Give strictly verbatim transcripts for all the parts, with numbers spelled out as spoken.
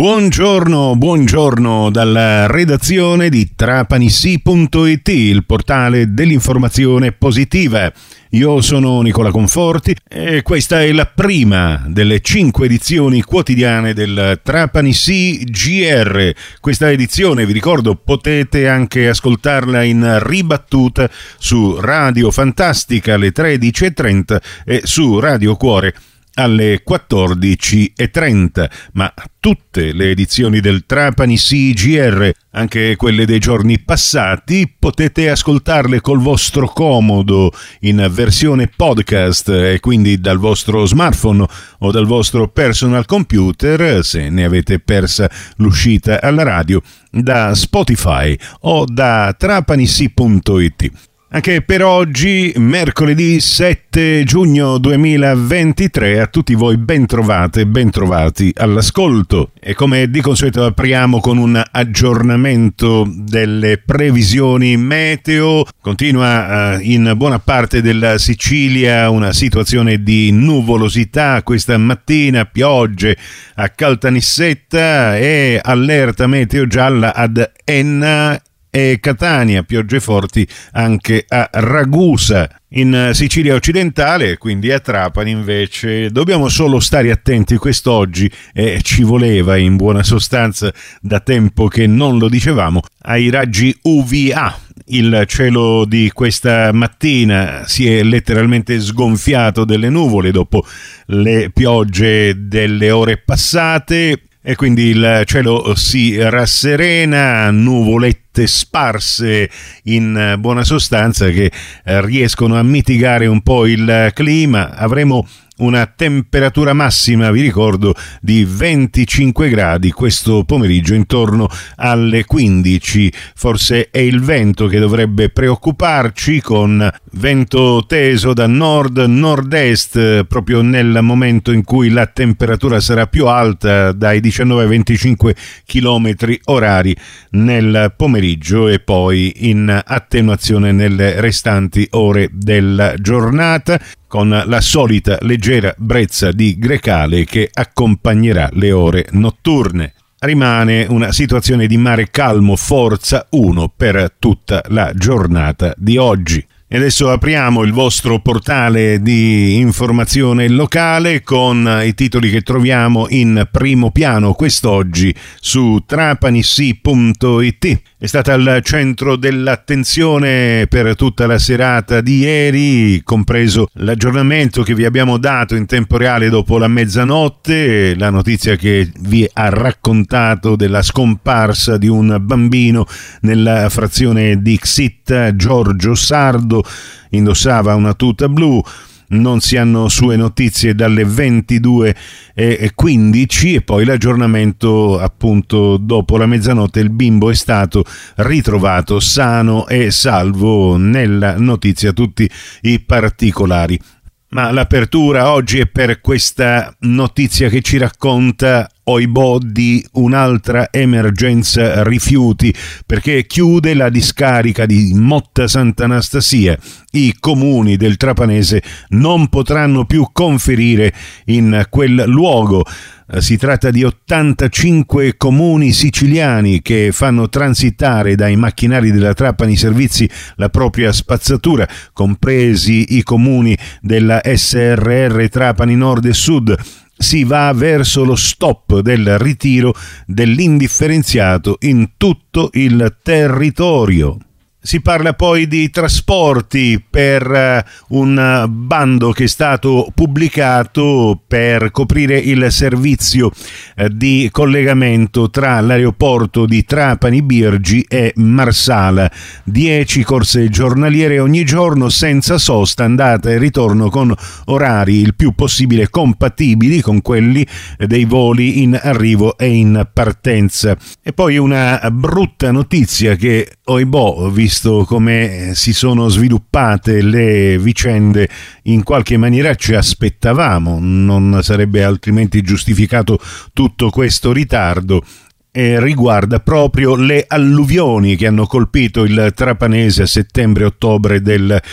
Buongiorno, buongiorno dalla redazione di Trapanissi punto it, il portale dell'informazione positiva. Io sono Nicola Conforti e questa è la prima delle cinque edizioni quotidiane del Trapanissi G R. Questa edizione, vi ricordo, potete anche ascoltarla in ribattuta su Radio Fantastica alle tredici e trenta e su Radio Cuore alle quattordici e trenta, ma tutte le edizioni del Trapanissi G R, anche quelle dei giorni passati, potete ascoltarle col vostro comodo in versione podcast e quindi dal vostro smartphone o dal vostro personal computer, se ne avete persa l'uscita alla radio, da Spotify o da Trapanissi punto it. Anche per oggi, mercoledì sette giugno duemilaventitré, a tutti voi ben trovate, ben trovati all'ascolto. E come di consueto apriamo con un aggiornamento delle previsioni meteo. Continua uh, in buona parte della Sicilia una situazione di nuvolosità questa mattina, piogge a Caltanissetta e allerta meteo gialla ad Enna e Catania, piogge forti anche a Ragusa. In Sicilia occidentale, quindi a Trapani, invece, dobbiamo solo stare attenti quest'oggi, e ci voleva in buona sostanza da tempo che non lo dicevamo, ai raggi U V A. Il cielo di questa mattina si è letteralmente sgonfiato delle nuvole dopo le piogge delle ore passate, e quindi il cielo si rasserena, nuvolette sparse in buona sostanza che riescono a mitigare un po' il clima. Avremo una temperatura massima, vi ricordo, di venticinque gradi questo pomeriggio, intorno alle quindici. Forse è il vento che dovrebbe preoccuparci, con vento teso da nord-nord-est proprio nel momento in cui la temperatura sarà più alta, dai diciannove ai venticinque chilometri orari nel pomeriggio, e poi in attenuazione nelle restanti ore della giornata, con la solita leggera brezza di grecale che accompagnerà le ore notturne. Rimane una situazione di mare calmo forza uno per tutta la giornata di oggi. E adesso apriamo il vostro portale di informazione locale con i titoli che troviamo in primo piano quest'oggi su Trapanissi punto it. È stata al centro dell'attenzione per tutta la serata di ieri, compreso l'aggiornamento che vi abbiamo dato in tempo reale dopo la mezzanotte, la notizia che vi ha raccontato della scomparsa di un bambino nella frazione di Xitta. Giorgio Sardo indossava una tuta blu. Non si hanno sue notizie dalle ventidue e quindici, e poi l'aggiornamento appunto dopo la mezzanotte. Il bimbo è stato ritrovato sano e salvo. Nella notizia tutti i particolari. Ma l'apertura oggi è per questa notizia che ci racconta, oibò, di un'altra emergenza rifiuti, perché chiude la discarica di Motta Sant'Anastasia. I comuni del Trapanese non potranno più conferire in quel luogo. Si tratta di ottantacinque comuni siciliani che fanno transitare dai macchinari della Trapani Servizi la propria spazzatura, compresi i comuni della S R R Trapani Nord e Sud. Si va verso lo stop del ritiro dell'indifferenziato in tutto il territorio. Si parla poi di trasporti per un bando che è stato pubblicato per coprire il servizio di collegamento tra l'aeroporto di Trapani Birgi e Marsala. dieci corse giornaliere ogni giorno senza sosta, andata e ritorno, con orari il più possibile compatibili con quelli dei voli in arrivo e in partenza. E poi una brutta notizia che, oibò, visto come si sono sviluppate le vicende, in qualche maniera ci aspettavamo, non sarebbe altrimenti giustificato tutto questo ritardo. E riguarda proprio le alluvioni che hanno colpito il Trapanese a settembre-ottobre del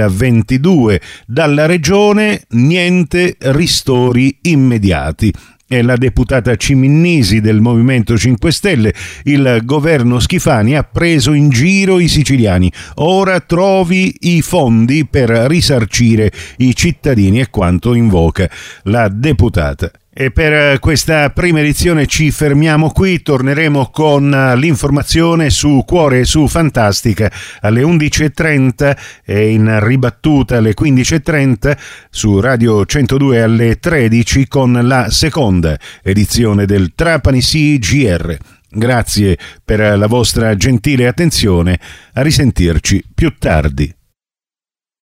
duemilaventidue. Dalla regione niente ristori immediati. e la deputata Ciminnisi del Movimento cinque Stelle. Il governo Schifani ha preso in giro i siciliani. Ora trovi i fondi per risarcire i cittadini, è quanto invoca la deputata. E per questa prima edizione ci fermiamo qui, torneremo con l'informazione su Cuore e su Fantastica alle undici e trenta e in ribattuta alle quindici e trenta su Radio centodue alle tredici con la seconda edizione del Trapani C G R. Grazie per la vostra gentile attenzione, a risentirci più tardi.